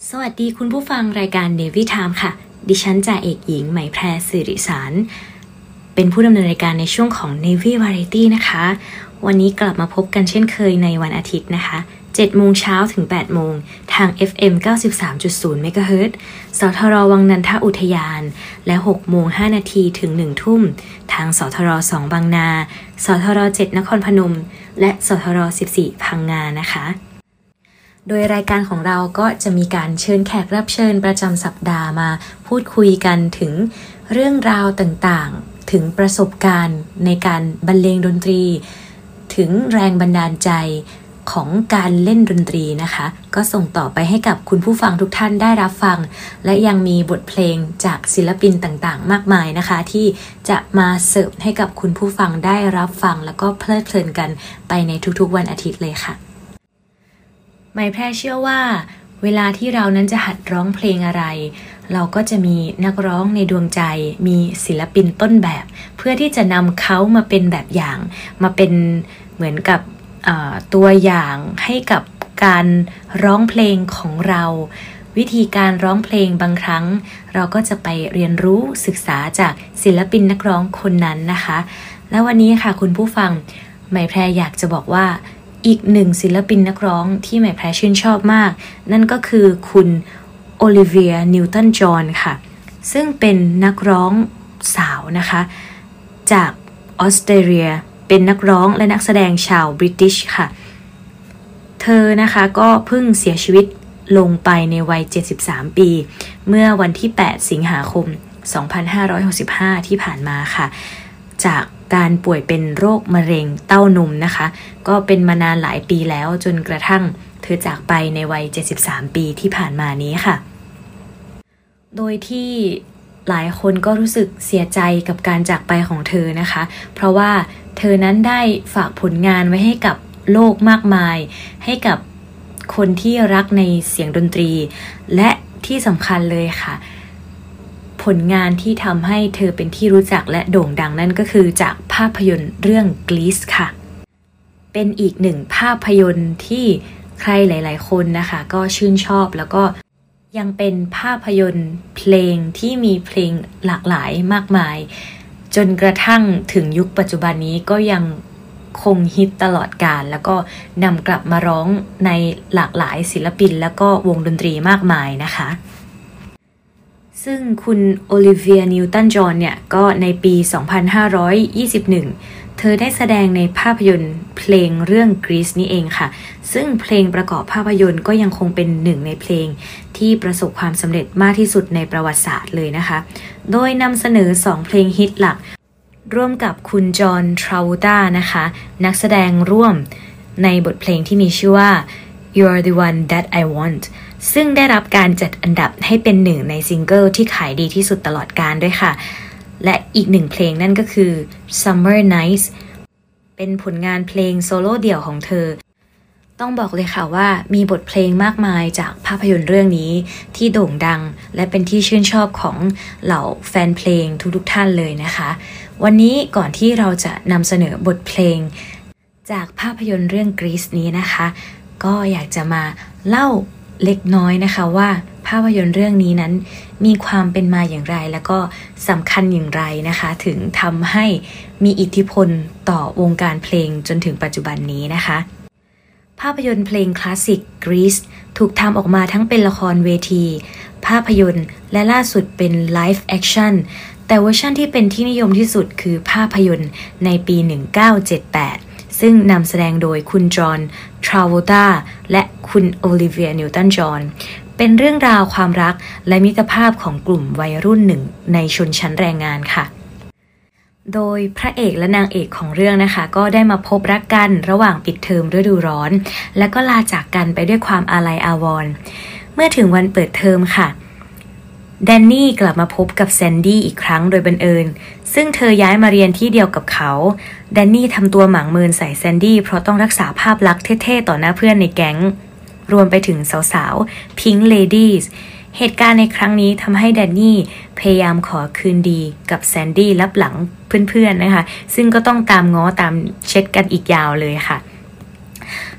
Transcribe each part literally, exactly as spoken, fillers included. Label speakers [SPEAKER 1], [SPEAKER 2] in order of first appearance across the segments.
[SPEAKER 1] สวัสดีคุณผู้ฟังรายการ Navy Time ค่ะดิฉันจ่าเอกหญิงไหมแพรสิริสารเป็นผู้ดำเนินรายการในช่วงของ Navy Variety นะคะวันนี้กลับมาพบกันเช่นเคยในวันอาทิตย์นะคะเจ็ดโมงเช้าถึงแปดโมงทาง เอฟ เอ็ม เก้าสิบสามจุดศูนย์ เมกะเฮิรตซ์ สทรวังนันทอุทยานและหกโมงห้านาทีถึงหนึ่งทุ่มทางสทรสองบางนาสทรเจ็ดนครพนมและสทรสิบสี่พังงานะคะโดยรายการของเราก็จะมีการเชิญแขกรับเชิญประจำสัปดาห์มาพูดคุยกันถึงเรื่องราวต่างๆถึงประสบการณ์ในการบรรเลงดนตรีถึงแรงบันดาลใจของการเล่นดนตรีนะคะก็ส่งต่อไปให้กับคุณผู้ฟังทุกท่านได้รับฟังและยังมีบทเพลงจากศิลปินต่างๆมากมายนะคะที่จะมาเสิร์ฟให้กับคุณผู้ฟังได้รับฟังแล้วก็เพลิดเพลินกันไปในทุกๆวันอาทิตย์เลยค่ะไหมแพรเชื่อว่าเวลาที่เรานั้นจะหัดร้องเพลงอะไรเราก็จะมีนักร้องในดวงใจมีศิลปินต้นแบบเพื่อที่จะนำเขามาเป็นแบบอย่างมาเป็นเหมือนกับตัวอย่างให้กับการร้องเพลงของเราวิธีการร้องเพลงบางครั้งเราก็จะไปเรียนรู้ศึกษาจากศิลปินนักร้องคนนั้นนะคะและวันนี้ค่ะคุณผู้ฟังไหมแพรอยากจะบอกว่าอีกหนึ่งศิลปินนักร้องที่ไหมแพรชื่นชอบมากนั่นก็คือคุณโอลิเวียนิวตันจอห์นค่ะซึ่งเป็นนักร้องสาวนะคะจากออสเตรเลียเป็นนักร้องและนักแสดงชาวบริติชค่ะเธอนะคะก็เพิ่งเสียชีวิตลงไปในวัยเจ็ดสิบสามปีเมื่อวันที่แปดสิงหาคมสองพันห้าร้อยหกสิบห้าที่ผ่านมาค่ะจากการป่วยเป็นโรคมะเร็งเต้านมนะคะก็เป็นมานานหลายปีแล้วจนกระทั่งเธอจากไปในวัยเจ็ดสิบสามปีที่ผ่านมานี้ค่ะโดยที่หลายคนก็รู้สึกเสียใจกับการจากไปของเธอนะคะเพราะว่าเธอนั้นได้ฝากผลงานไว้ให้กับโลกมากมายให้กับคนที่รักในเสียงดนตรีและที่สำคัญเลยค่ะผลงานที่ทำให้เธอเป็นที่รู้จักและโด่งดังนั่นก็คือจากภาพยนตร์เรื่อง Grease ค่ะเป็นอีกหนึ่งภาพยนตร์ที่ใครหลายๆคนนะคะก็ชื่นชอบแล้วก็ยังเป็นภาพยนตร์เพลงที่มีเพลงหลากหลายมากมายจนกระทั่งถึงยุคปัจจุบันนี้ก็ยังคงฮิตตลอดกาลแล้วก็นำกลับมาร้องในหลากหลายศิลปินแล้วก็วงดนตรีมากมายนะคะซึ่งคุณโอลิเวียนิวตันจอห์นเนี่ยก็ในปีสองพันห้าร้อยยี่สิบเอ็ดเธอได้แสดงในภาพยนตร์เพลงเรื่อง Grease นี่เองค่ะซึ่งเพลงประกอบภาพยนตร์ก็ยังคงเป็นหนึ่งในเพลงที่ประสบความสำเร็จมากที่สุดในประวัติศาสตร์เลยนะคะโดยนำเสนอสองเพลงฮิตหลักร่วมกับคุณจอห์นทราโวลตานะคะนักแสดงร่วมในบทเพลงที่มีชื่อว่า You're the One That I Want ซึ่งได้รับการจัดอันดับให้เป็นหนึ่งในซิงเกิลที่ขายดีที่สุดตลอดกาลด้วยค่ะและอีกหนึ่งเพลงนั่นก็คือ Summer Nights เป็นผลงานเพลงโซโล่เดี่ยวของเธอต้องบอกเลยค่ะว่ามีบทเพลงมากมายจากภาพยนตร์เรื่องนี้ที่โด่งดังและเป็นที่ชื่นชอบของเหล่าแฟนเพลงทุกๆท่านเลยนะคะวันนี้ก่อนที่เราจะนำเสนอบทเพลงจากภาพยนตร์เรื่อง Grease นี้นะคะก็อยากจะมาเล่าเล็กน้อยนะคะว่าภาพยนตร์เรื่องนี้นั้นมีความเป็นมาอย่างไรแล้วก็สำคัญอย่างไรนะคะถึงทำให้มีอิทธิพลต่อวงการเพลงจนถึงปัจจุบันนี้นะคะภาพยนตร์เพลงคลาสสิก Grease ถูกทำออกมาทั้งเป็นละครเวทีภาพยนตร์และล่าสุดเป็นไลฟ์แอคชั่นแต่เวอร์ชันที่เป็นที่นิยมที่สุดคือภาพยนตร์ในปีหนึ่งเก้าเจ็ดแปดซึ่งนำแสดงโดยคุณจอห์นทราโวลตาและคุณโอลิเวียนิวตันจอห์นเป็นเรื่องราวความรักและมิตรภาพของกลุ่มวัยรุ่นหนึ่งในชนชั้นแรงงานค่ะโดยพระเอกและนางเอกของเรื่องนะคะก็ได้มาพบรักกันระหว่างปิดเทอมฤดูร้อนและก็ลาจากกันไปด้วยความอาลัยอาวรณ์เมื่อถึงวันเปิดเทอมค่ะแดนนี่กลับมาพบกับแซนดี้อีกครั้งโดยบังเอิญซึ่งเธอย้ายมาเรียนที่เดียวกับเขาแดนนี่ทำตัวหมางเมินใส่แซนดี้เพราะต้องรักษาภาพลักษณ์เท่ๆต่อหน้าเพื่อนในแก๊งรวมไปถึงสาวๆ Pink Ladies เหตุการณ์ในครั้งนี้ทำให้แดนนี่พยายามขอคืนดีกับแซนดี้ลับหลังเพื่อนๆนะคะซึ่งก็ต้องตามง้อตามเช็ดกันอีกยาวเลยค่ะ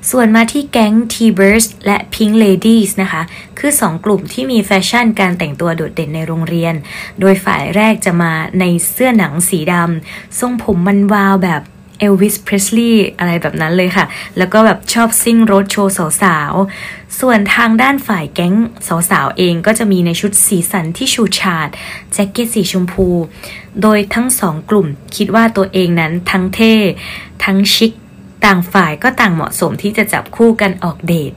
[SPEAKER 1] ส่วนมาที่แก๊ง T-Birds และ Pink Ladies นะคะคือสองกลุ่มที่มีแฟชั่นการแต่งตัวโดดเด่นในโรงเรียนโดยฝ่ายแรกจะมาในเสื้อหนังสีดำทรงผมมันวาวแบบเอลวิส เพรสลีย์อะไรแบบนั้นเลยค่ะแล้วก็แบบชอบซิ่งรถโชว์สาวๆส่วนทางด้านฝ่ายแก๊งสาวๆเองก็จะมีในชุดสีสันที่ฉูดฉาดแจ็คเก็ตสีชมพูโดยทั้งสองกลุ่มคิดว่าตัวเองนั้นทั้งเท่ทั้งชิคต่างฝ่ายก็ต่างเหมาะสมที่จะจับคู่กันออกเดท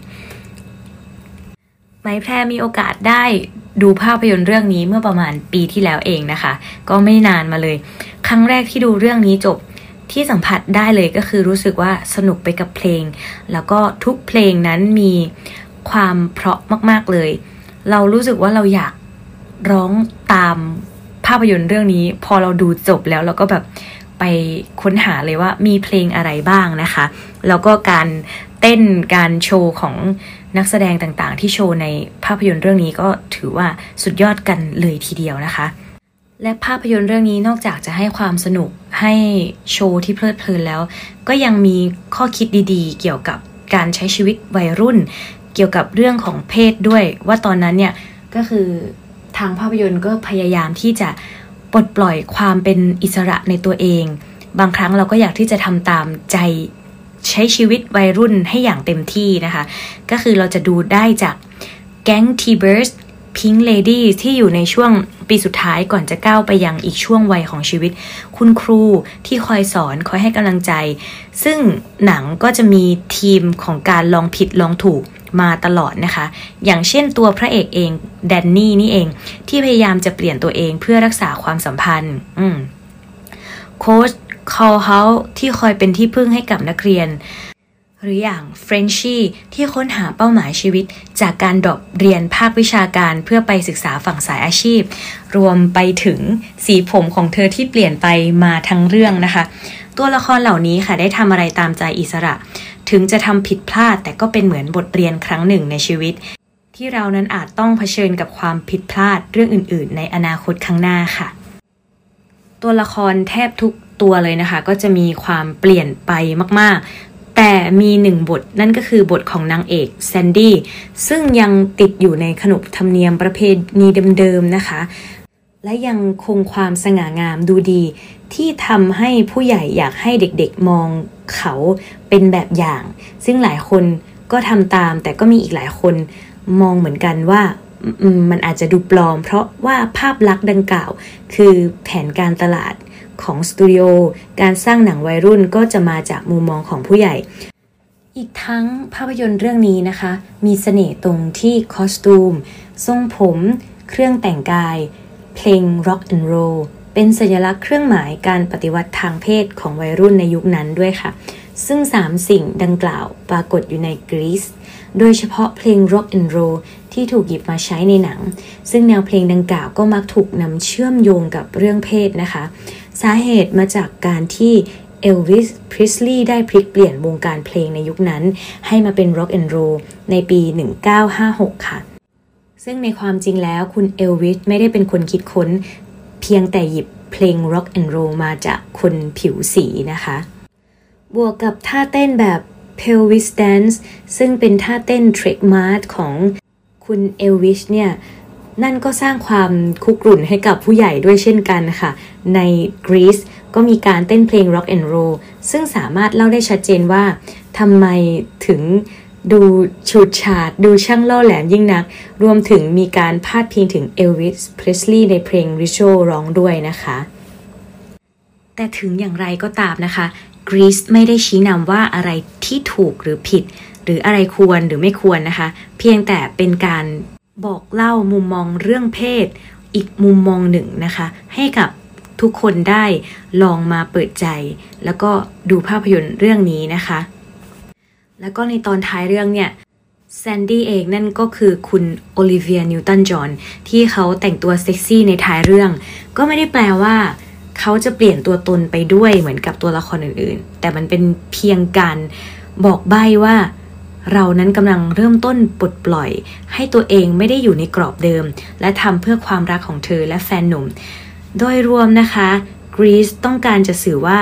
[SPEAKER 1] ไหมแพรมีโอกาสได้ดูภาพยนตร์เรื่องนี้เมื่อประมาณปีที่แล้วเองนะคะก็ไม่นานมาเลยครั้งแรกที่ดูเรื่องนี้จบที่สัมผัสได้เลยก็คือรู้สึกว่าสนุกไปกับเพลงแล้วก็ทุกเพลงนั้นมีความเพราะมากๆเลยเรารู้สึกว่าเราอยากร้องตามภาพยนตร์เรื่องนี้พอเราดูจบแล้วเราก็แบบไปค้นหาเลยว่ามีเพลงอะไรบ้างนะคะแล้วก็การเต้นการโชว์ของนักแสดงต่างๆที่โชว์ในภาพยนตร์เรื่องนี้ก็ถือว่าสุดยอดกันเลยทีเดียวนะคะและภาพยนตร์เรื่องนี้นอกจากจะให้ความสนุกให้โชว์ที่เพลิดเพลินแล้วก็ยังมีข้อคิดดีๆเกี่ยวกับการใช้ชีวิตวัยรุ่นเกี่ยวกับเรื่องของเพศด้วยว่าตอนนั้นเนี่ยก็คือทางภาพยนตร์ก็พยายามที่จะปลดปล่อยความเป็นอิสระในตัวเองบางครั้งเราก็อยากที่จะทำตามใจใช้ชีวิตวัยรุ่นให้อย่างเต็มที่นะคะก็คือเราจะดูได้จากแก๊ง T-Birds Pink Ladies ที่อยู่ในช่วงปีสุดท้ายก่อนจะก้าวไปยังอีกช่วงวัยของชีวิตคุณครูที่คอยสอนคอยให้กำลังใจซึ่งหนังก็จะมีทีมของการลองผิดลองถูกมาตลอดนะคะอย่างเช่นตัวพระเอกเองแดนนี่นี่เองที่พยายามจะเปลี่ยนตัวเองเพื่อรักษาความสัมพันธ์โค้ชคอลเฮาที่คอยเป็นที่พึ่งให้กับนักเรียนหรืออย่างเฟรนชี่ที่ค้นหาเป้าหมายชีวิตจากการดรอปเรียนภาควิชาการเพื่อไปศึกษาฝั่งสายอาชีพรวมไปถึงสีผมของเธอที่เปลี่ยนไปมาทั้งเรื่องนะคะตัวละครเหล่านี้ค่ะได้ทำอะไรตามใจอิสระถึงจะทำผิดพลาดแต่ก็เป็นเหมือนบทเรียนครั้งหนึ่งในชีวิตที่เรานั้นอาจต้องเผชิญกับความผิดพลาดเรื่องอื่นๆในอนาคตข้างหน้าค่ะตัวละครแทบทุกตัวเลยนะคะก็จะมีความเปลี่ยนไปมากๆแต่มีหนึ่งบทนั่นก็คือบทของนางเอกแซนดี้ซึ่งยังติดอยู่ในขนบธรรมเนียมประเพณีเดิมๆนะคะและยังคงความสง่างามดูดีที่ทำให้ผู้ใหญ่อยากให้เด็กๆมองเขาเป็นแบบอย่างซึ่งหลายคนก็ทำตามแต่ก็มีอีกหลายคนมองเหมือนกันว่ามันอาจจะดูปลอมเพราะว่าภาพลักษณ์ดังกล่าวคือแผนการตลาดของสตูดิโอการสร้างหนังวัยรุ่นก็จะมาจากมุมมองของผู้ใหญ่อีกทั้งภาพยนตร์เรื่องนี้นะคะมีเสน่ห์ตรงที่คอสตูมทรงผมเครื่องแต่งกายเพลง Rock and Roll เป็นสัญลักษณ์เครื่องหมายการปฏิวัติทางเพศของวัยรุ่นในยุคนั้นด้วยค่ะซึ่งสามสิ่งดังกล่าวปรากฏอยู่ในกรีซโดยเฉพาะเพลง Rock and Roll ที่ถูกหยิบมาใช้ในหนังซึ่งแนวเพลงดังกล่าวก็มักถูกนำเชื่อมโยงกับเรื่องเพศนะคะสาเหตุมาจากการที่เอลวิส พริสลีย์ได้พลิกเปลี่ยนวงการเพลงในยุคนั้นให้มาเป็น Rock and Roll ในปีหนึ่งพันเก้าร้อยห้าสิบหกค่ะซึ่งในความจริงแล้วคุณเอลวิสไม่ได้เป็นคนคิดค้นเพียงแต่หยิบเพลง Rock and Roll มาจากคนผิวสีนะคะบวกกับท่าเต้นแบบ Pelvis Dance ซึ่งเป็นท่าเต้น trademark ของคุณเอลวิสเนี่ยนั่นก็สร้างความคุกรุ่นให้กับผู้ใหญ่ด้วยเช่นกันค่ะในกรีซก็มีการเต้นเพลง Rock and Roll ซึ่งสามารถเล่าได้ชัดเจนว่าทำไมถึงดูฉูดฉาดดูช่างล่อแหลมยิ่งนักรวมถึงมีการพาดพิงถึงเอลวิส เพรสลีย์ในเพลง Ritual ร้องด้วยนะคะแต่ถึงอย่างไรก็ตามนะคะกรีซไม่ได้ชี้นำว่าอะไรที่ถูกหรือผิดหรืออะไรควรหรือไม่ควรนะคะเพียงแต่เป็นการบอกเล่ามุมมองเรื่องเพศอีกมุมมองหนึ่งนะคะให้กับทุกคนได้ลองมาเปิดใจแล้วก็ดูภาพยนตร์เรื่องนี้นะคะแล้วก็ในตอนท้ายเรื่องเนี่ยแซนดี้เองนั่นก็คือคุณโอลิเวียนิวตันจอห์นที่เขาแต่งตัวเซ็กซี่ในท้ายเรื่องก็ไม่ได้แปลว่าเขาจะเปลี่ยนตัวตนไปด้วยเหมือนกับตัวละครอื่นๆแต่มันเป็นเพียงการบอกใบ้ว่าเรานั้นกำลังเริ่มต้นปลดปล่อยให้ตัวเองไม่ได้อยู่ในกรอบเดิมและทำเพื่อความรักของเธอและแฟนหนุ่มโดยรวมนะคะกรีซต้องการจะสื่อว่า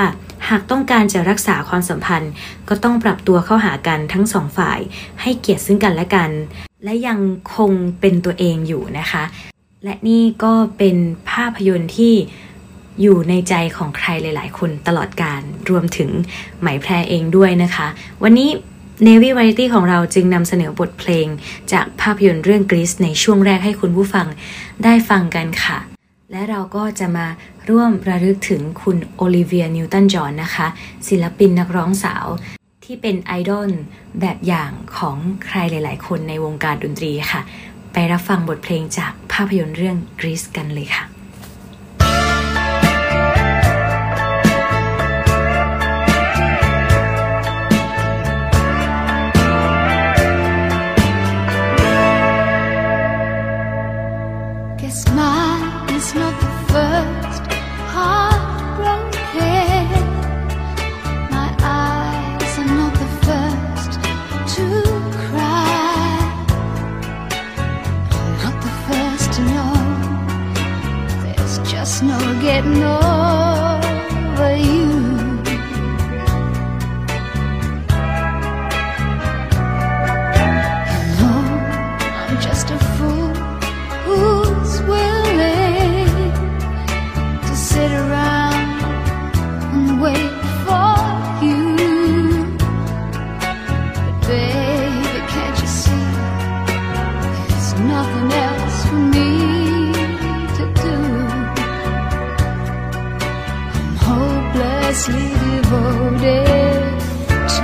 [SPEAKER 1] หากต้องการจะรักษาความสัมพันธ์ก็ต้องปรับตัวเข้าหากันทั้งสองฝ่ายให้เกียรติซึ่งกันและกันและยังคงเป็นตัวเองอยู่นะคะและนี่ก็เป็นภาพยนตร์ที่อยู่ในใจของใครหลายๆคนตลอดกาลรวมถึงไหมแพรเองด้วยนะคะวันนี้ Navy Variety ของเราจึงนำเสนอบทเพลงจากภาพยนตร์เรื่อง Grease ในช่วงแรกให้คุณผู้ฟังได้ฟังกันค่ะและเราก็จะมาร่วมระลึกถึงคุณโอลิเวียนิวตันจอห์นนะคะศิลปินนักร้องสาวที่เป็นไอดอลแบบอย่างของใครหลายๆคนในวงการดนตรีค่ะไปรับฟังบทเพลงจากภาพยนตร์เรื่อง Grease กันเลยค่ะ
[SPEAKER 2] Mine is not the first heartbroken. My eyes are not the first to cry. I'm not the first to know. There's just no getting over you. You know I'm just a fool.Who's willing to sit around and wait for you? But baby, can't you see there's nothing else for me to do? I'm hopelessly devoted to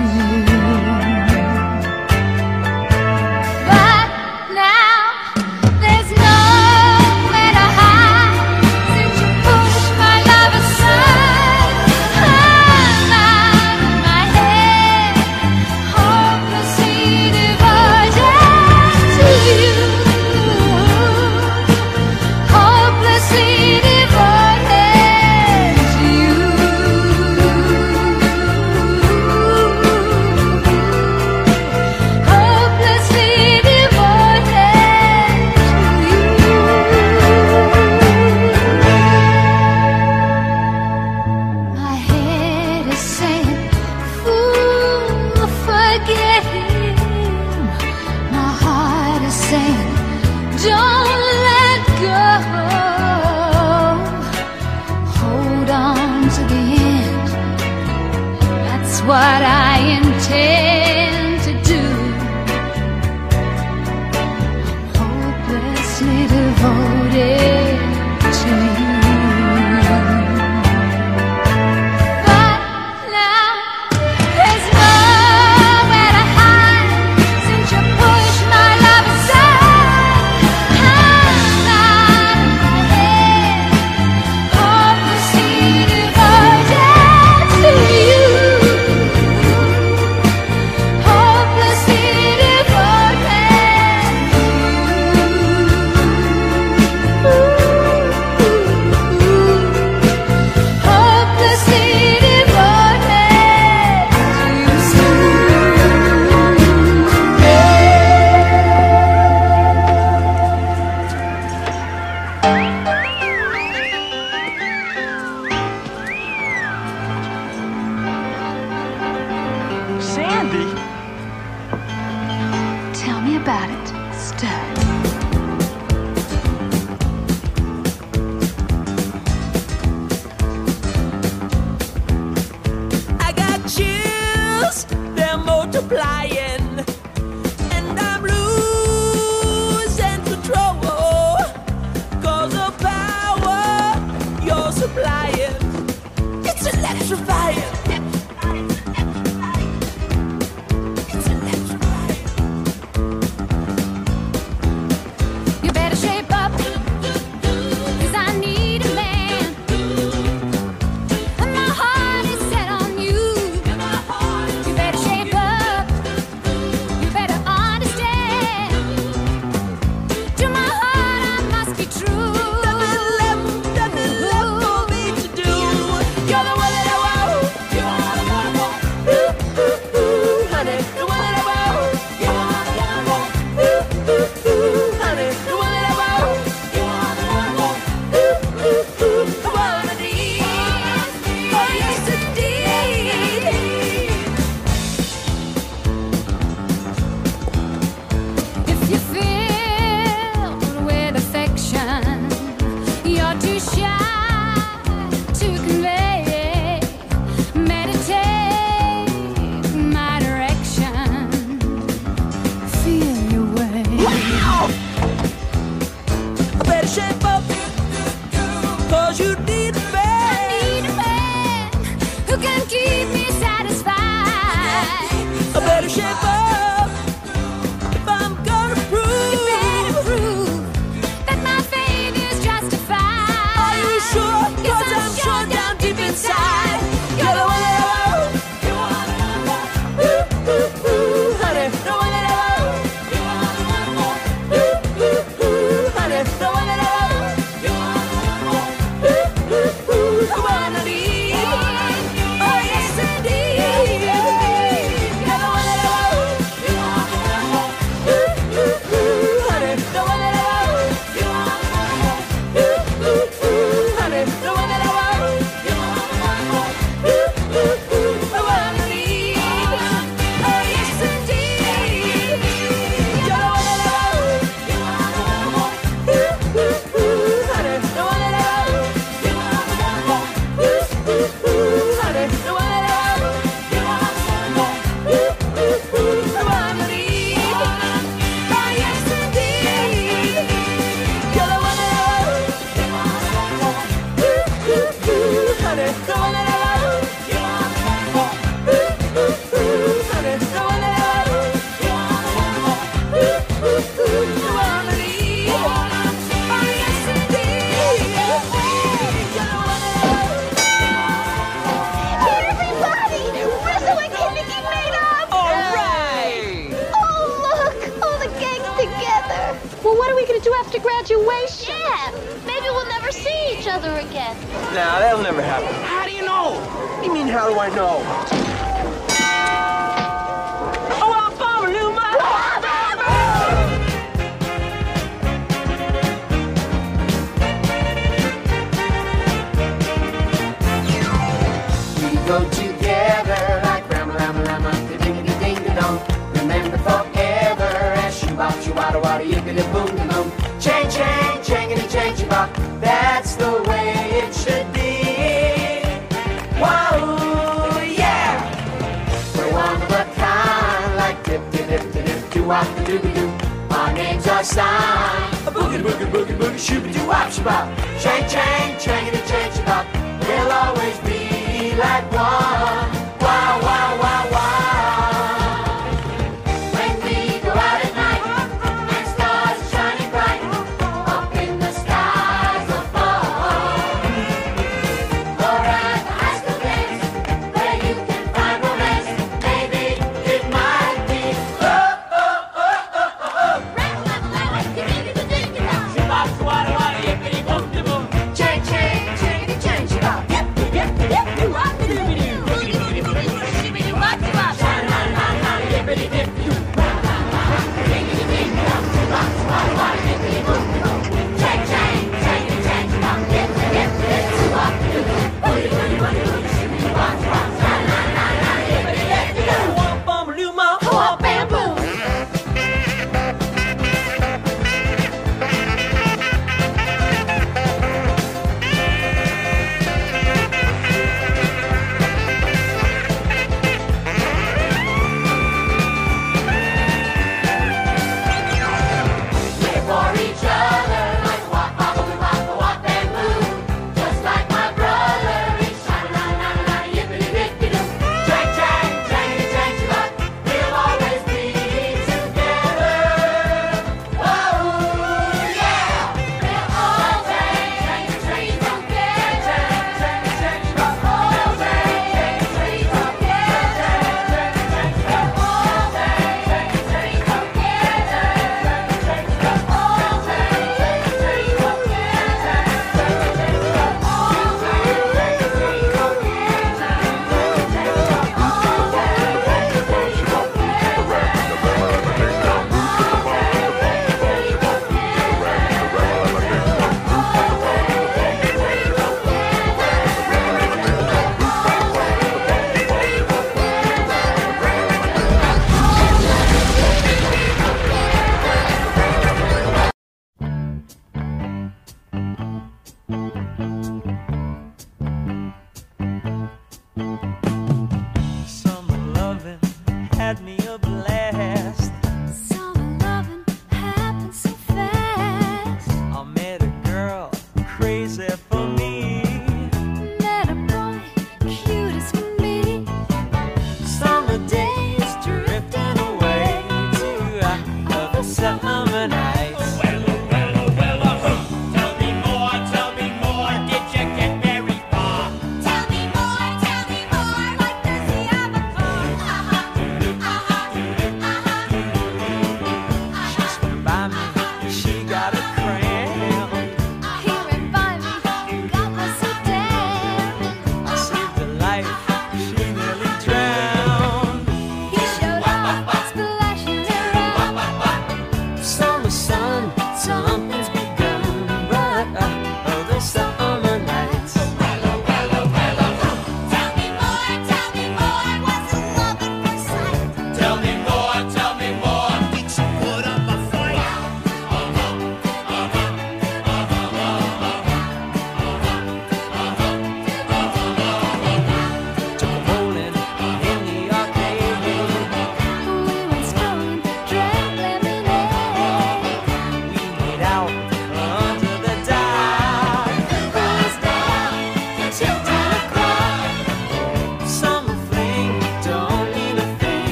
[SPEAKER 2] what I intend to do. I'm hopelessly devoted to you. But now there's nowhere to hide since you pushed my love aside. I'm out of my head, hopelessly devoted to you. Well, what are we going to do after graduation? Yeah, maybe we'll never see each other again.
[SPEAKER 3] Nah, that'll never happen. How do you know? What do you mean, how do I know? Oh, I'll follow you, my
[SPEAKER 4] We go together like rama rama rama, the dingity ding dong. Remember forever as shoo bop shoo wada wada yippity boom da boom. Chang chang changity chang choo bop. That's the way it should be. Wow, yeah. We're one of a kind, like dip dip dip dip dip doo wop da doo doo. Our names are signed. A boogie boogie boogie boogie shoo doo wop shoo bop. Chang chang changity chang choo bop. We'll always be like one. Wow, wow, wow, wow. When we go out at night and stars are shining bright up in the skies above, or at the high school days where you can find romance, maybe it might be. Oh, oh, oh, oh, oh, oh. Shoo-bop, shoo-wada, wada, yippity-boom-de-boom. Chang, chang, changity, chang, shoo-bop. Yep, yep, yep, you rock the doobie-doo.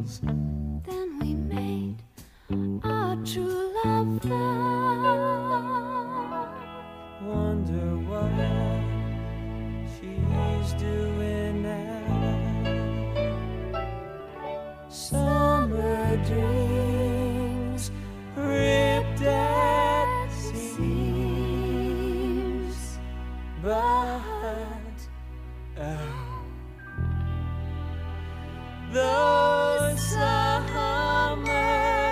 [SPEAKER 4] dreams.
[SPEAKER 2] Then we made our true love vow.
[SPEAKER 4] Wonder what she's doing now. Summer dreams ripped at seams, but oh, those summer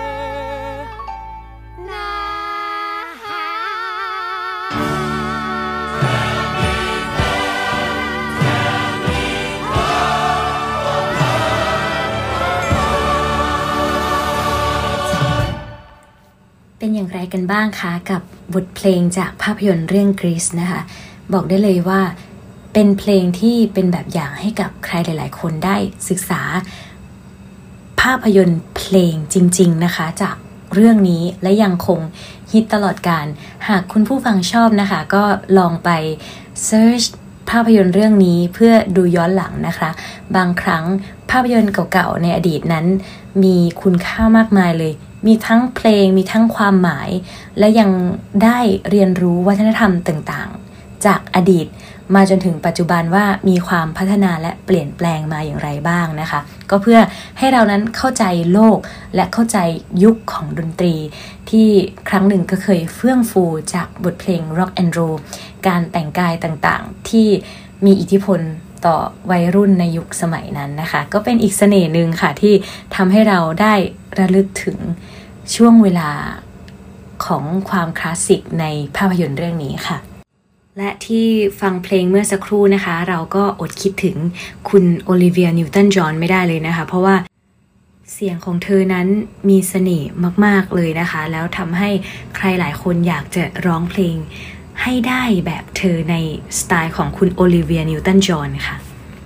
[SPEAKER 1] เป็นอย่างไรกันบ้างคะกับบทเพลงจากภาพยนตร์เรื่อง Grease นะคะบอกได้เลยว่าเป็นเพลงที่เป็นแบบอย่างให้กับใครหลายๆคนได้ศึกษาภาพยนตร์เพลงจริงๆนะคะจากเรื่องนี้และยังคงฮิตตลอดกาลหากคุณผู้ฟังชอบนะคะก็ลองไป search ภาพยนตร์เรื่องนี้เพื่อดูย้อนหลังนะคะบางครั้งภาพยนตร์เก่าๆในอดีตนั้นมีคุณค่ามากมายเลยมีทั้งเพลงมีทั้งความหมายและยังได้เรียนรู้วัฒนธรรมต่างๆจากอดีตมาจนถึงปัจจุบันว่ามีความพัฒนาและเปลี่ยนแปลงมาอย่างไรบ้างนะคะก็เพื่อให้เรานั้นเข้าใจโลกและเข้าใจยุคของดนตรีที่ครั้งหนึ่งก็เคยเฟื่องฟูจากบทเพลง Rock and Roll การแต่งกายต่างๆที่มีอิทธิพลต่อวัยรุ่นในยุคสมัยนั้นนะคะก็เป็นอีกเสน่ห์หนึ่งค่ะที่ทำให้เราได้ระลึกถึงช่วงเวลาของความคลาสสิกในภาพยนตร์เรื่องนี้ค่ะและที่ฟังเพลงเมื่อสักครู่นะคะเราก็อดคิดถึงคุณโอลิเวียนิวตันจอห์นไม่ได้เลยนะคะเพราะว่าเสียงของเธอนั้นมีเสน่ห์มากๆเลยนะคะแล้วทำให้ใครหลายคนอยากจะร้องเพลงให้ได้แบบเธอในสไตล์ของคุณโอลิเวียนิวตันจอห์นค่ะ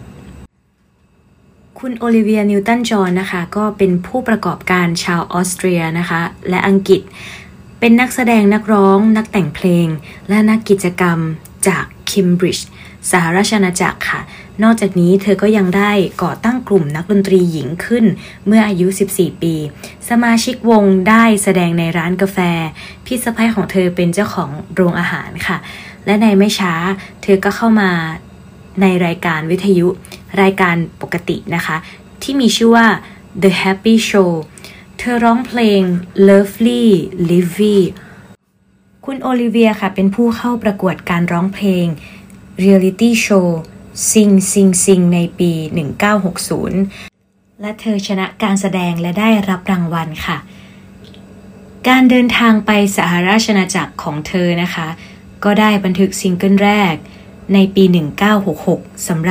[SPEAKER 1] คุณโอลิเวียนิวตันจอห์นนะคะก็เป็นผู้ประกอบการชาวออสเตรียนะคะและอังกฤษเป็นนักแสดงนักร้องนักแต่งเพลงและนักกิจกรรมจากคิมบริดจ์สหราชอาณาจักรค่ะนอกจากนี้เธอก็ยังได้ก่อตั้งกลุ่มนักดนตรีหญิงขึ้นเมื่ออายุสิบสี่ปีสมาชิกวงได้แสดงในร้านกาแฟพี่สะใภ้ของเธอเป็นเจ้าของโรงอาหารค่ะและในไม่ช้าเธอก็เข้ามาในรายการวิทยุรายการปกตินะคะที่มีชื่อว่า The Happy Show เธอร้องเพลง Lovely Livy คุณโอลิเวียค่ะเป็นผู้เข้าประกวดการร้องเพลง Reality Show Sing Sing Sing ในปี หนึ่งเก้าหกศูนย์ และเธอชนะการแสดงและได้รับรางวัลค่ะการเดินทางไปสหราชอาณาจักรของเธอนะคะก็ได้บันทึกซิงเกิลแรกในปี หนึ่งเก้าหกหก สำหรับ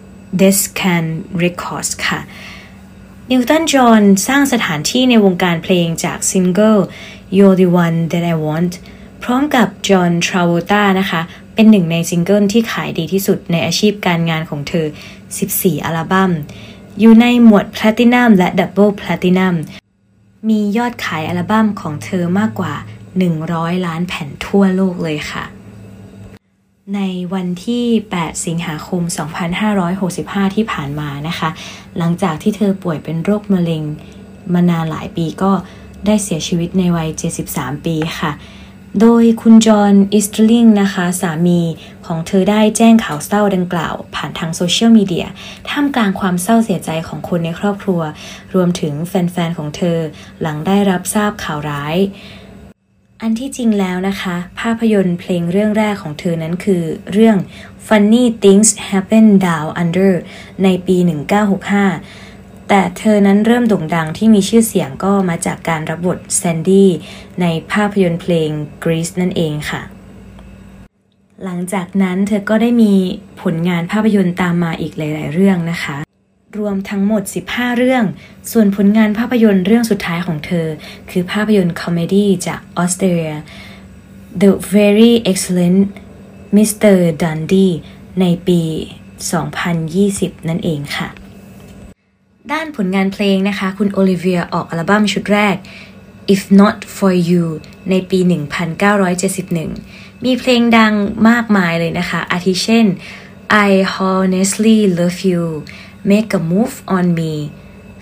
[SPEAKER 1] Deccan Records ค่ะนิวตันจอห์นสร้างสถานที่ในวงการเพลงจากซิงเกิล You're the One That I Want พร้อมกับจอห์นทราโวลตานะคะเป็นหนึ่งในซิงเกิลที่ขายดีที่สุดในอาชีพการงานของเธอสิบสี่อัลบั้มอยู่ในหมวดแพลตินัมและดับเบิลแพลตินัมมียอดขายอัลบั้มของเธอมากกว่าหนึ่งร้อยล้านแผ่นทั่วโลกเลยค่ะในวันที่แปดสิงหาคมสองพันห้าร้อยหกสิบห้าที่ผ่านมานะคะหลังจากที่เธอป่วยเป็นโรคมะเร็งมานานหลายปีก็ได้เสียชีวิตในวัยเจ็ดสิบสามปีค่ะโดยคุณจอห์นอิสเตอร์ลิงนะคะสามีของเธอได้แจ้งข่าวเศร้าดังกล่าวผ่านทางโซเชียลมีเดียท่ามกลางความเศร้าเสียใจของคนในครอบครัวรวมถึงแฟนๆของเธอหลังได้รับทราบข่าวร้ายอันที่จริงแล้วนะคะภาพยนตร์เพลงเรื่องแรกของเธอนั้นคือเรื่อง Funny Things Happen Down Under ในปี หนึ่งเก้าหกห้า แต่เธอนั้นเริ่มโด่งดังที่มีชื่อเสียงก็มาจากการรับบทแซนดี้ในภาพยนตร์เพลง Grease นั่นเองค่ะหลังจากนั้นเธอก็ได้มีผลงานภาพยนตร์ตามมาอีกหลายๆเรื่องนะคะรวมทั้งหมดสิบห้าเรื่องส่วนผลงานภาพยนตร์เรื่องสุดท้ายของเธอคือภาพยนตร์คอมเมดี้จากออสเตรเลีย The Very Excellent มิสเตอร์ Dundee ในปี สองพันยี่สิบ นั่นเองค่ะด้านผลงานเพลงนะคะคุณโอลิเวียออกอัลบั้มชุดแรก If Not For You ในปี หนึ่งพันเก้าร้อยเจ็ดสิบเอ็ด มีเพลงดังมากมายเลยนะคะอาทิเช่น I Honestly Love You Make a Move on Me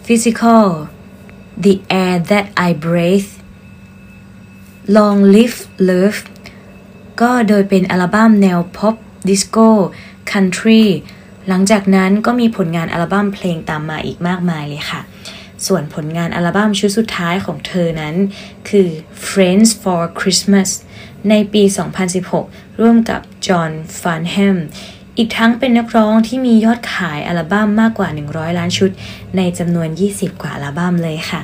[SPEAKER 1] Physical The Air That I Breathe Long Live Love ก็โดยเป็นอัลบั้มแนวพ็อปดิสโก้คันทรีหลังจากนั้นก็มีผลงานอัลบั้มเพลงตามมาอีกมากมายเลยค่ะส่วนผลงานอัลบั้มชุดสุดท้ายของเธอนั้นคือ Friends for Christmas ในปี สองพันสิบหก ร่วมกับจอห์น ฟานแฮมอีกทั้งเป็นนักร้องที่มียอดขายอัลบั้มมากกว่าหนึ่งร้อยล้านชุดในจำนวนยี่สิบกว่าอัลบั้มเลยค่ะ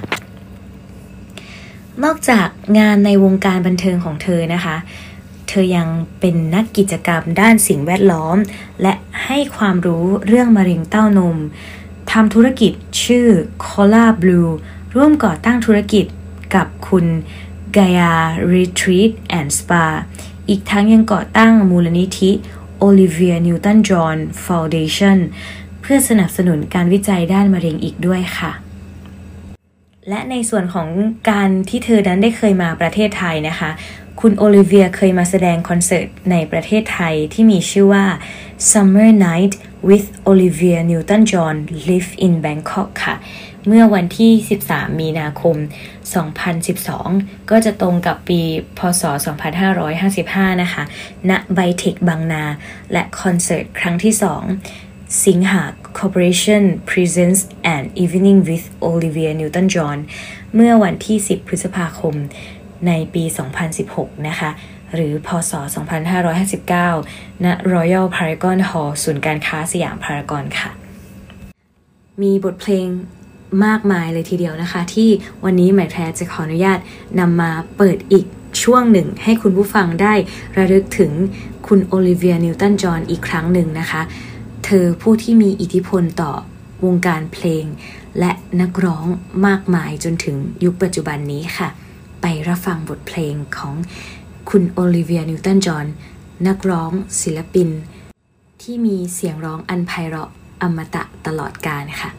[SPEAKER 1] นอกจากงานในวงการบันเทิงของเธอนะคะเธอยังเป็นนักกิจกรรมด้านสิ่งแวดล้อมและให้ความรู้เรื่องมะเร็งเต้านมทำธุรกิจชื่อ Cola Blue ร่วมก่อตั้งธุรกิจกับคุณ Gaia Retreat and Spa อีกทั้งยังก่อตั้งมูลนิธิ Olivia Newton-John Foundation เพื่อสนับสนุนการวิจัยด้านมะเร็งอีกด้วยค่ะและในส่วนของการที่เธอนั้นได้เคยมาประเทศไทยนะคะคุณโอลิเวียเคยมาแสดงคอนเสิร์ตในประเทศไทยที่มีชื่อว่า Summer Night with Olivia Newton-John Live in Bangkok ค่ะเมื่อวันที่สิบสามมีนาคมสองพันสิบสองก็จะตรงกับปีพ.ศ. สองพันห้าร้อยห้าสิบห้านะคะณไบเทคบางนาและคอนเสิร์ตครั้งที่สองสิงหา Corporation Presents an Evening with Olivia Newton-John เมื่อวันที่สิบพฤษภาคมในปี สองพันสิบหก นะคะหรือพ.ศ. สองพันห้าร้อยห้าสิบเก้า ณ Royal Paragon Hall ศูนย์การค้าสยามพารากอนค่ะมีบทเพลงมากมายเลยทีเดียวนะคะที่วันนี้หมายแพรจะขออนุญาตนำมาเปิดอีกช่วงหนึ่งให้คุณผู้ฟังได้ระลึกถึงคุณโอลิเวียนิวตันจอห์นอีกครั้งหนึ่งนะคะเธอผู้ที่มีอิทธิพลต่อวงการเพลงและนักร้องมากมายจนถึงยุคปัจจุบันนี้ค่ะไปรับฟังบทเพลงของคุณโอลิเวียนิวตันจอห์นนักร้องศิลปินที่มีเสียงร้องอันไพเราะอมตะตลอดกาลค่ะ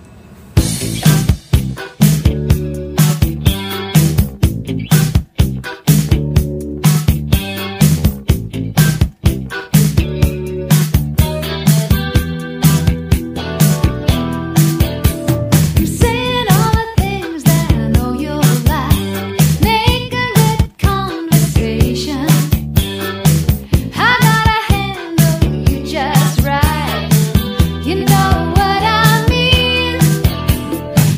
[SPEAKER 2] You know what I mean.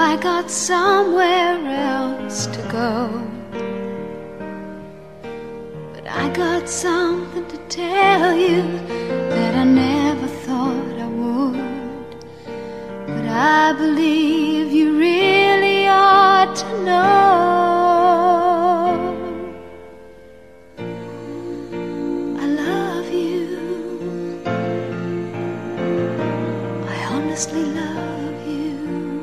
[SPEAKER 2] I got somewhere else to go, but I got something to tell you that I never thought I would. But I believe you really ought to know. I love you. I honestly love you.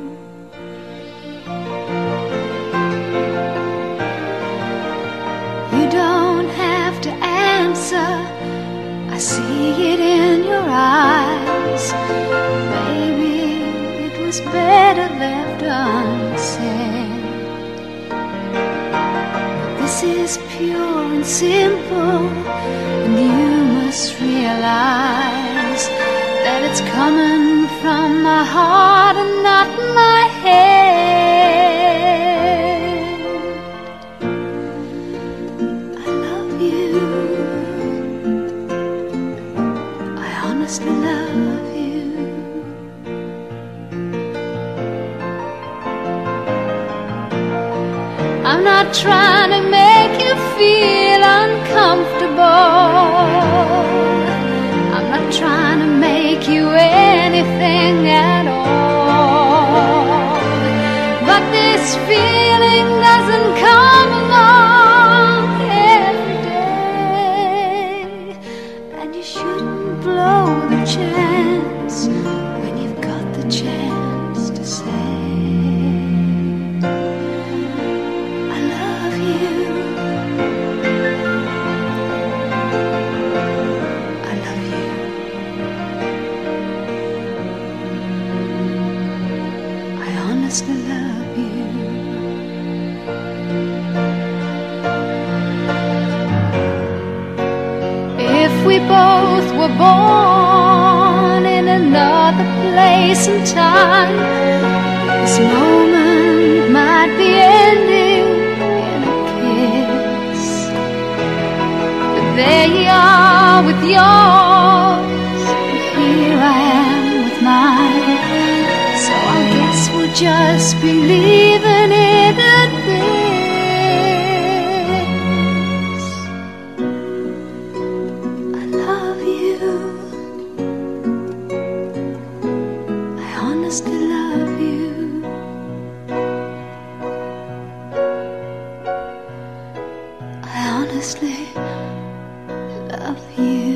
[SPEAKER 2] You don't have to answer, I see it in your eyes. Maybe it was better left unsaid. But this is pure and simple, and you must realize that it's coming from my heart and not my head. I love you. I honestly love you. I'm not trying to make you feel uncomfortable. I'm not trying to make you anything at all. But this feeling doesn't come along every day, and you shouldn't blow the chance when you've got the chance to say I love you. I love you. I honestly love you. If we both were born in another place and time, this moment might be ending in a kiss. But there you are with yours, and here I am with mine. So I guess we'll just be leaving it at this. I love you. I honestly love you. I honestly love you.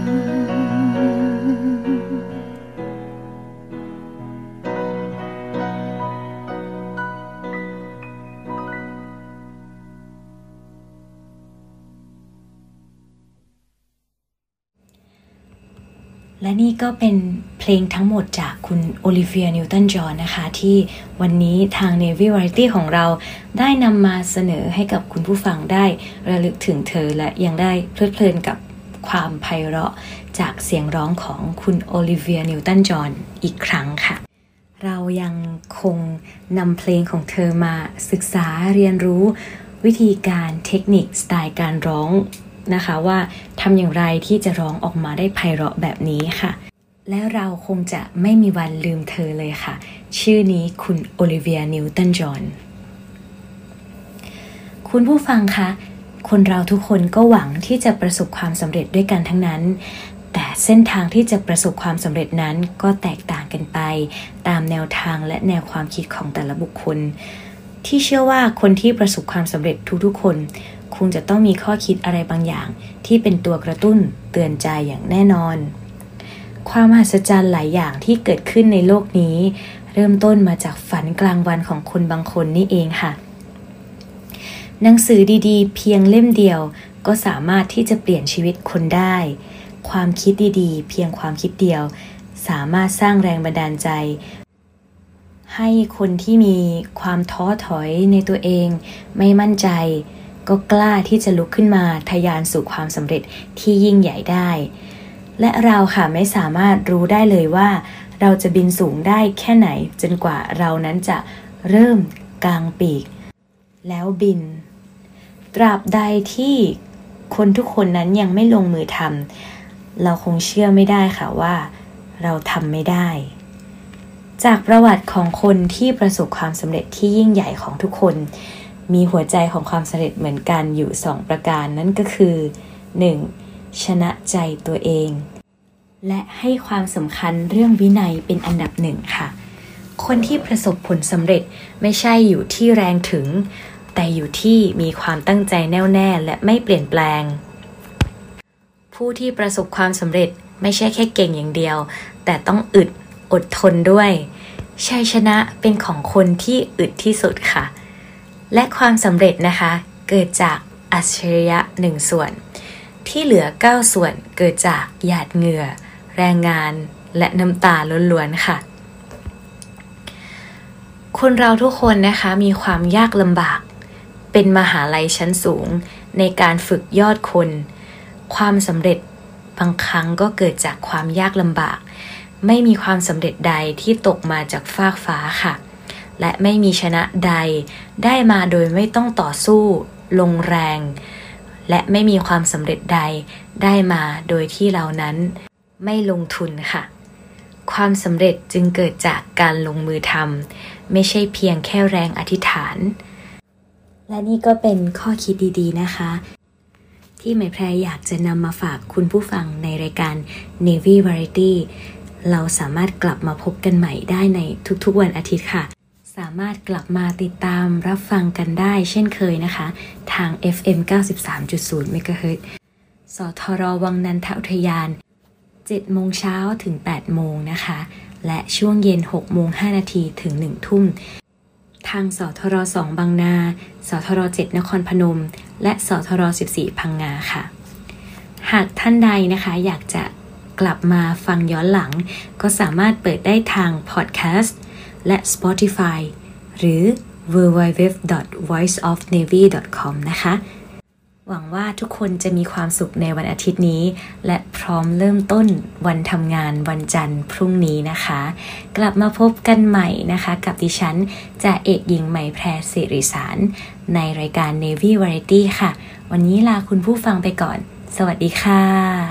[SPEAKER 1] และนี่ก็เป็นเพลงทั้งหมดจากคุณโอลิเวียนิวตันจอห์นนะคะที่วันนี้ทาง Navy Variety ของเราได้นำมาเสนอให้กับคุณผู้ฟังได้ระลึกถึงเธอและยังได้เพลิดเพลินกับความไพเราะจากเสียงร้องของคุณโอลิเวียนิวตันจอห์นอีกครั้งค่ะเรายังคงนำเพลงของเธอมาศึกษาเรียนรู้วิธีการเทคนิคสไตล์การร้องนะคะว่าทำอย่างไรที่จะร้องออกมาได้ไพเราะแบบนี้ค่ะและเราคงจะไม่มีวันลืมเธอเลยค่ะชื่อนี้คุณโอลิเวียนิวตันจอห์นคุณผู้ฟังคะคนเราทุกคนก็หวังที่จะประสบความสำเร็จด้วยกันทั้งนั้นแต่เส้นทางที่จะประสบความสำเร็จนั้นก็แตกต่างกันไปตามแนวทางและแนวความคิดของแต่ละบุคคลที่เชื่อว่าคนที่ประสบความสำเร็จทุกๆคนคงจะต้องมีข้อคิดอะไรบางอย่างที่เป็นตัวกระตุ้นเตือนใจอย่างแน่นอนความมหัศจรรย์หลายอย่างที่เกิดขึ้นในโลกนี้เริ่มต้นมาจากฝันกลางวันของคนบางคนนี่เองค่ะหนังสือดีๆเพียงเล่มเดียวก็สามารถที่จะเปลี่ยนชีวิตคนได้ความคิดดีๆเพียงความคิดเดียวสามารถสร้างแรงบันดาลใจให้คนที่มีความท้อถอยในตัวเองไม่มั่นใจก็กล้าที่จะลุกขึ้นมาทะยานสู่ความสำเร็จที่ยิ่งใหญ่ได้และเราค่ะไม่สามารถรู้ได้เลยว่าเราจะบินสูงได้แค่ไหนจนกว่าเรานั้นจะเริ่มกางปีกแล้วบินตราบใดที่คนทุกคนนั้นยังไม่ลงมือทำเราคงเชื่อไม่ได้ค่ะว่าเราทำไม่ได้จากประวัติของคนที่ประสบความสำเร็จที่ยิ่งใหญ่ของทุกคนมีหัวใจของความสำเร็จเหมือนกันอยู่สองประการนั่นก็คือ หนึ่ง. ชนะใจตัวเองและให้ความสำคัญเรื่องวินัยเป็นอันดับหนึ่งค่ะคนที่ประสบผลสำเร็จไม่ใช่อยู่ที่แรงถึงแต่อยู่ที่มีความตั้งใจแน่วแน่และไม่เปลี่ยนแปลงผู้ที่ประสบความสำเร็จไม่ใช่แค่เก่งอย่างเดียวแต่ต้องอึดอดทนด้วยชัยชนะเป็นของคนที่อึดที่สุดค่ะและความสำเร็จนะคะเกิดจากอัจฉริยะหนึ่งส่วนที่เหลือเก้าส่วนเกิดจากหยาดเหงื่อแรงงานและน้ำตาล้วนๆค่ะคนเราทุกคนนะคะมีความยากลำบากเป็นมหาลัยชั้นสูงในการฝึกยอดคนความสำเร็จบางครั้งก็เกิดจากความยากลำบากไม่มีความสำเร็จใดที่ตกมาจากฟากฟ้าค่ะและไม่มีชนะใดได้มาโดยไม่ต้องต่อสู้ลงแรงและไม่มีความสำเร็จใดได้มาโดยที่เรานั้นไม่ลงทุนค่ะความสำเร็จจึงเกิดจากการลงมือทำไม่ใช่เพียงแค่แรงอธิษฐานและนี่ก็เป็นข้อคิดดีๆนะคะที่หมายแพรอยากจะนำมาฝากคุณผู้ฟังในรายการ Navy Variety เราสามารถกลับมาพบกันใหม่ได้ในทุกๆวันอาทิตย์ค่ะสามารถกลับมาติดตามรับฟังกันได้เช่นเคยนะคะทาง เอฟ เอ็ม เก้าสิบสามจุดศูนย์ เมกะเฮิรตซ์ สทร.วังนันทอุทยาน เจ็ดโมงเช้าถึง แปดโมงนะคะและช่วงเย็น หกโมงห้านาทีถึง หนึ่งทุ่มทางสทร.สอง บางนาสทร.เจ็ด นครพนมและสทร.สิบสี่ พังงาค่ะหากท่านใดนะคะอยากจะกลับมาฟังย้อนหลังก็สามารถเปิดได้ทางพอดแคสต์และ Spotify หรือ ดับเบิลยู ดับเบิลยู ดับเบิลยู ดอท วอยซ์ ออฟ เนวี ดอท คอม นะคะหวังว่าทุกคนจะมีความสุขในวันอาทิตย์นี้และพร้อมเริ่มต้นวันทำงานวันจันทร์พรุ่งนี้นะคะกลับมาพบกันใหม่นะคะกับดิฉันจ่าเอกหญิงไหมแพรสิริสารในรายการ Navy Variety ค่ะวันนี้ลาคุณผู้ฟังไปก่อนสวัสดีค่ะ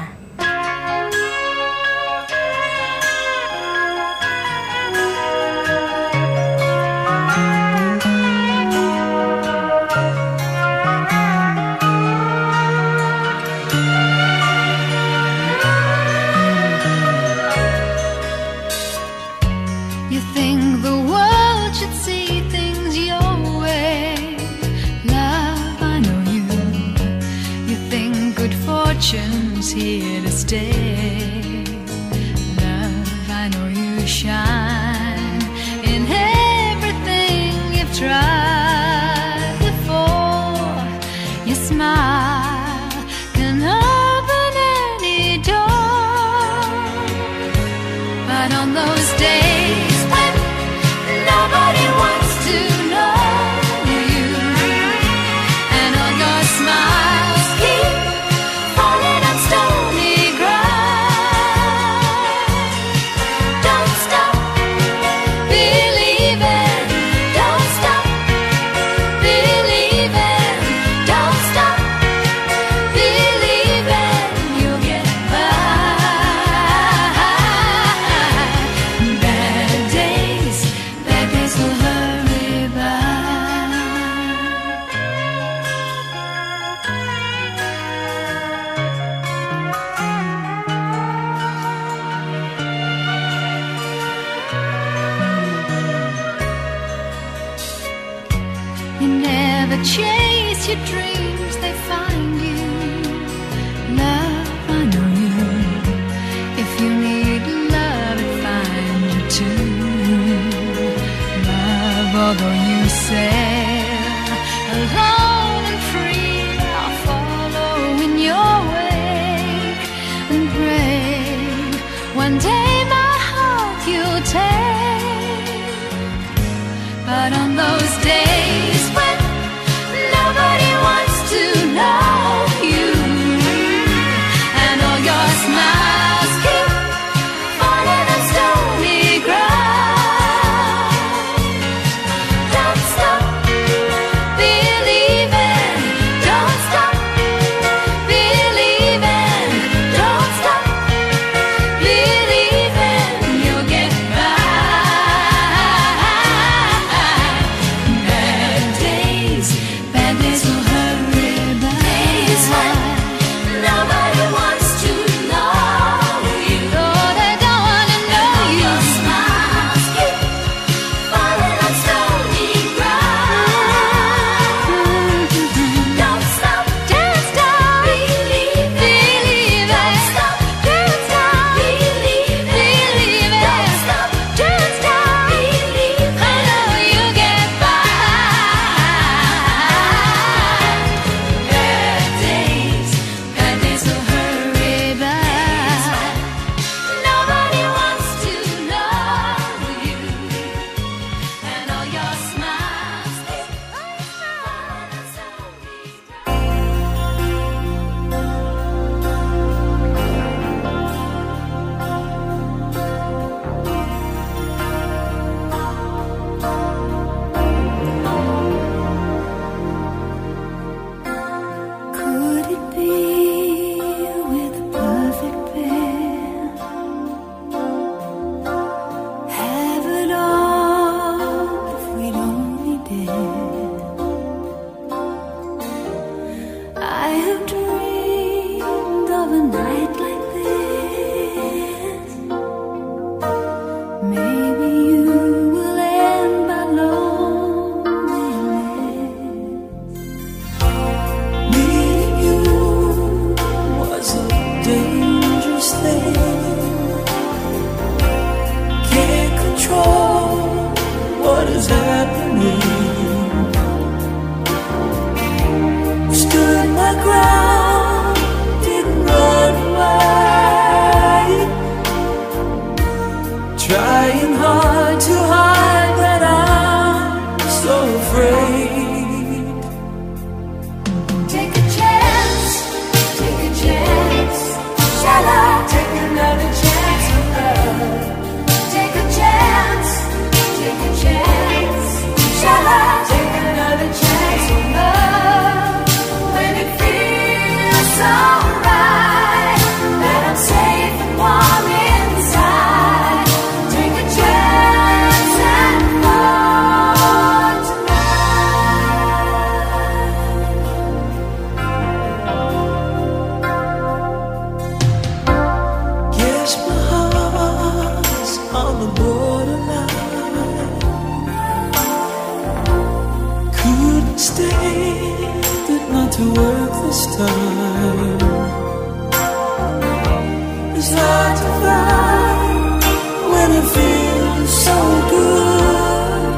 [SPEAKER 2] Fortune's here to stay. Love, I know you shine in everything you've tried before. Your smile can open any door. But on those days when nobody wants to know you and all your smiles keep falling on stony ground. Don't stop believing. Don't stop believing. Don't stop believing. You'll get by. Bad days, bad days will hurry by. You never chase your dreams, they find you. Love, I know you. If you need love, it finds you too. Love, although you sail alone and free, I'll follow in your wake and pray one day my heart you'll take. But on those days when nobody wants to know you and all your smiles keep falling on stony ground, don't stop believing. Don't stop believing. Don't stop believing. You'll get by.
[SPEAKER 5] trying hard to hide that I'm so afraid.
[SPEAKER 4] Take a chance, take a chance. Shall I take another chance on love? Take a chance, take a chance. Shall I take another chance on love? When it feels so right that I'm safe and warm inside, take a chance and fall tonight.
[SPEAKER 5] Guess my heart's on the borderline. Couldn't stay, but not to work this time. It's hard to find when it feels so good.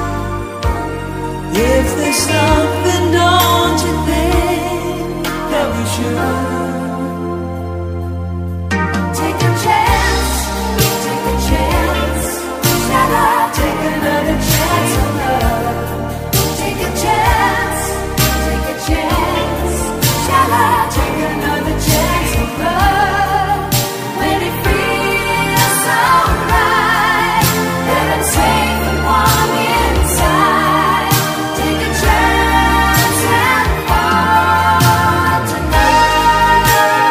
[SPEAKER 5] If there's something, don't you think that we should?
[SPEAKER 4] Take a chance, take a chance. Shall I take another chance on love? Take a chance, take a chance. Shall I take another chance on love? When it feels so right that I'm safe and warm inside, take a chance and fall tonight.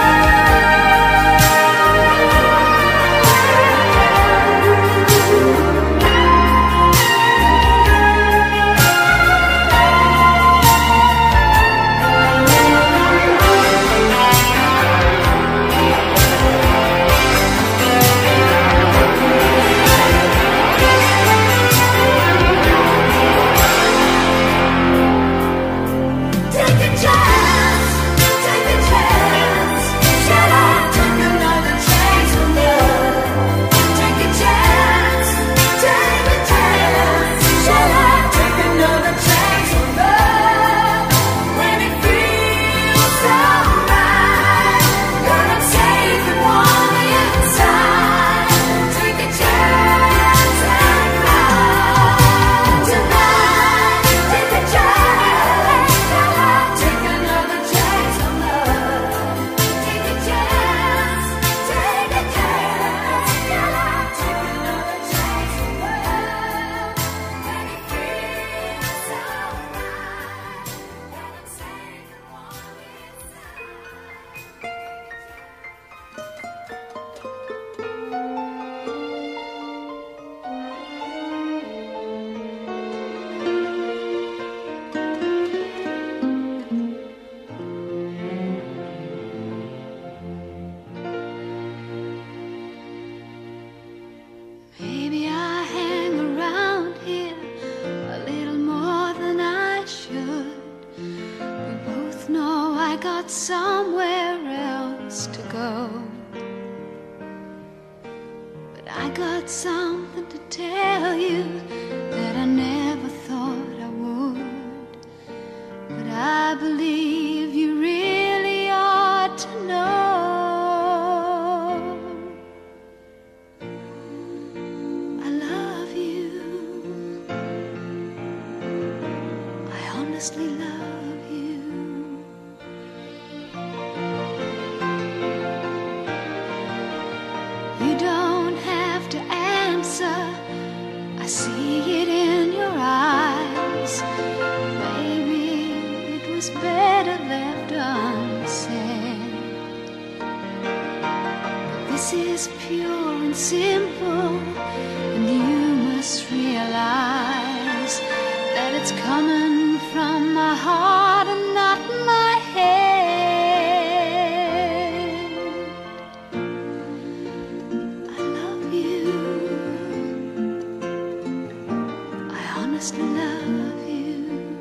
[SPEAKER 4] Take a chance, take a chance. Shall I take another chance on love? Take a chance, take a chance. Shall I take another chance on love? When it feels so right that I'm safe and warm inside, take a chance and fall tonight. Take a chance. Shall I take another chance on love? Take a chance, take a chance. Shall I take another chance on love? When it feels so right that I'm safe and warm Maybe I hang around here a little more than I should. We both know I got somewhere else to go. But I got something to tell you that I never thought I would. But I believe you really ought to know. I love you. I honestly love you. You don't have to answer. I see it in your eyes. Maybe it was better left unsaid. This is pure and simple, and you must realize that it's coming from my heart and not my head. I love you. I honestly love you.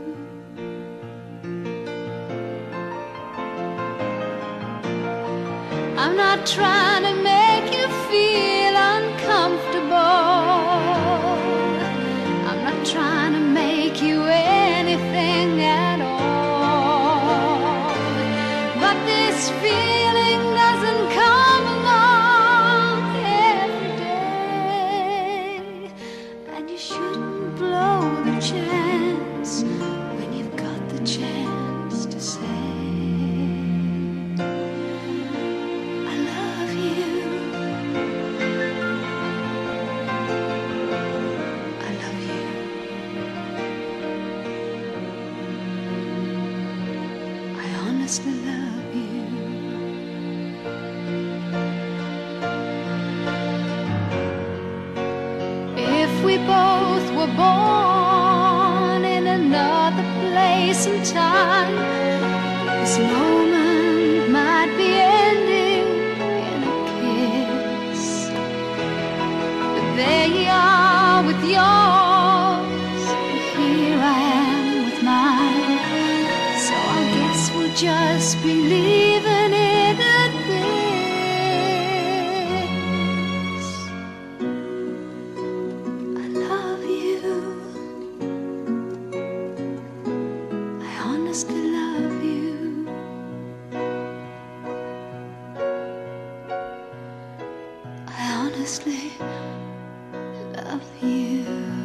[SPEAKER 4] I'm not trying to make you feel uncomfortable. I'm not trying to make you anything at all. But this feeling. feeling doesn't come along every day.
[SPEAKER 2] we both were born in another place and time, this moment might be ending in a kiss. But there you are with yours, and here I am with mine. So I guess we'll just be leaving it at this. I love you. I honestly love you. I honestly love you.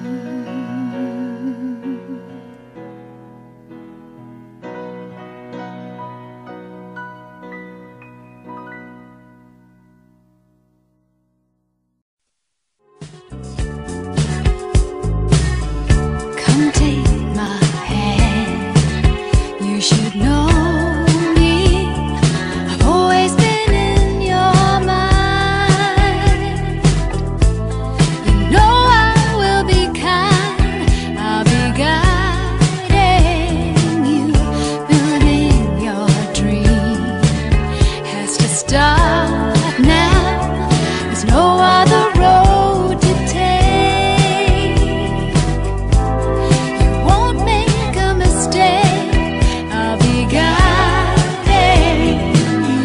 [SPEAKER 2] Come take my hand. You should know me. I've always been in your mind. You know I will be kind. I'll be guiding you. Building your dream has to start now. There's no other road to take. You won't make a mistake. I'll be guiding you.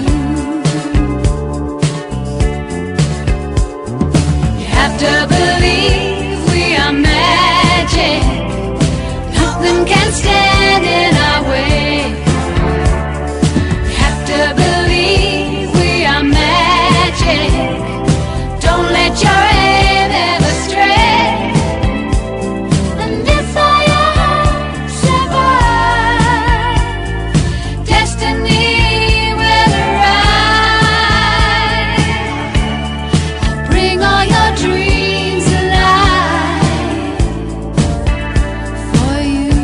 [SPEAKER 2] You have to believe we are magic. Nothing can stand in our way. You have to believe we are magic. Don't let your aim ever stray. And if I survive, destiny will arrive. I'll bring all your dreams alive for you.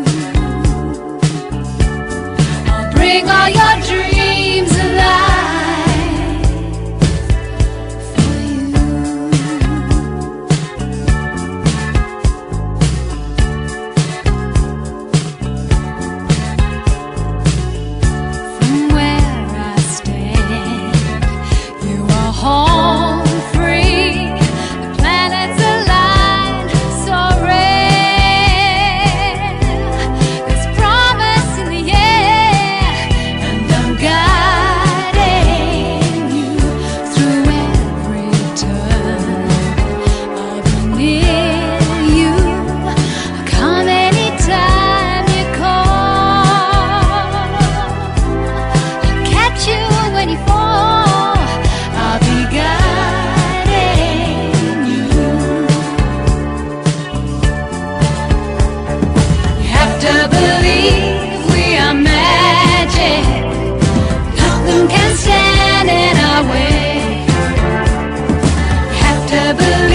[SPEAKER 2] I'll bring all your dreams alive for you. From where I stand, you are home free. The planets align so rare. There's promise in the air, and I'm guiding you through every turn. I'll be near you. I'll come anytime you call. I'll catch you when you fall. I'll be guiding you. You have to believe we are magic. Nothing can stand in our way. You have to believe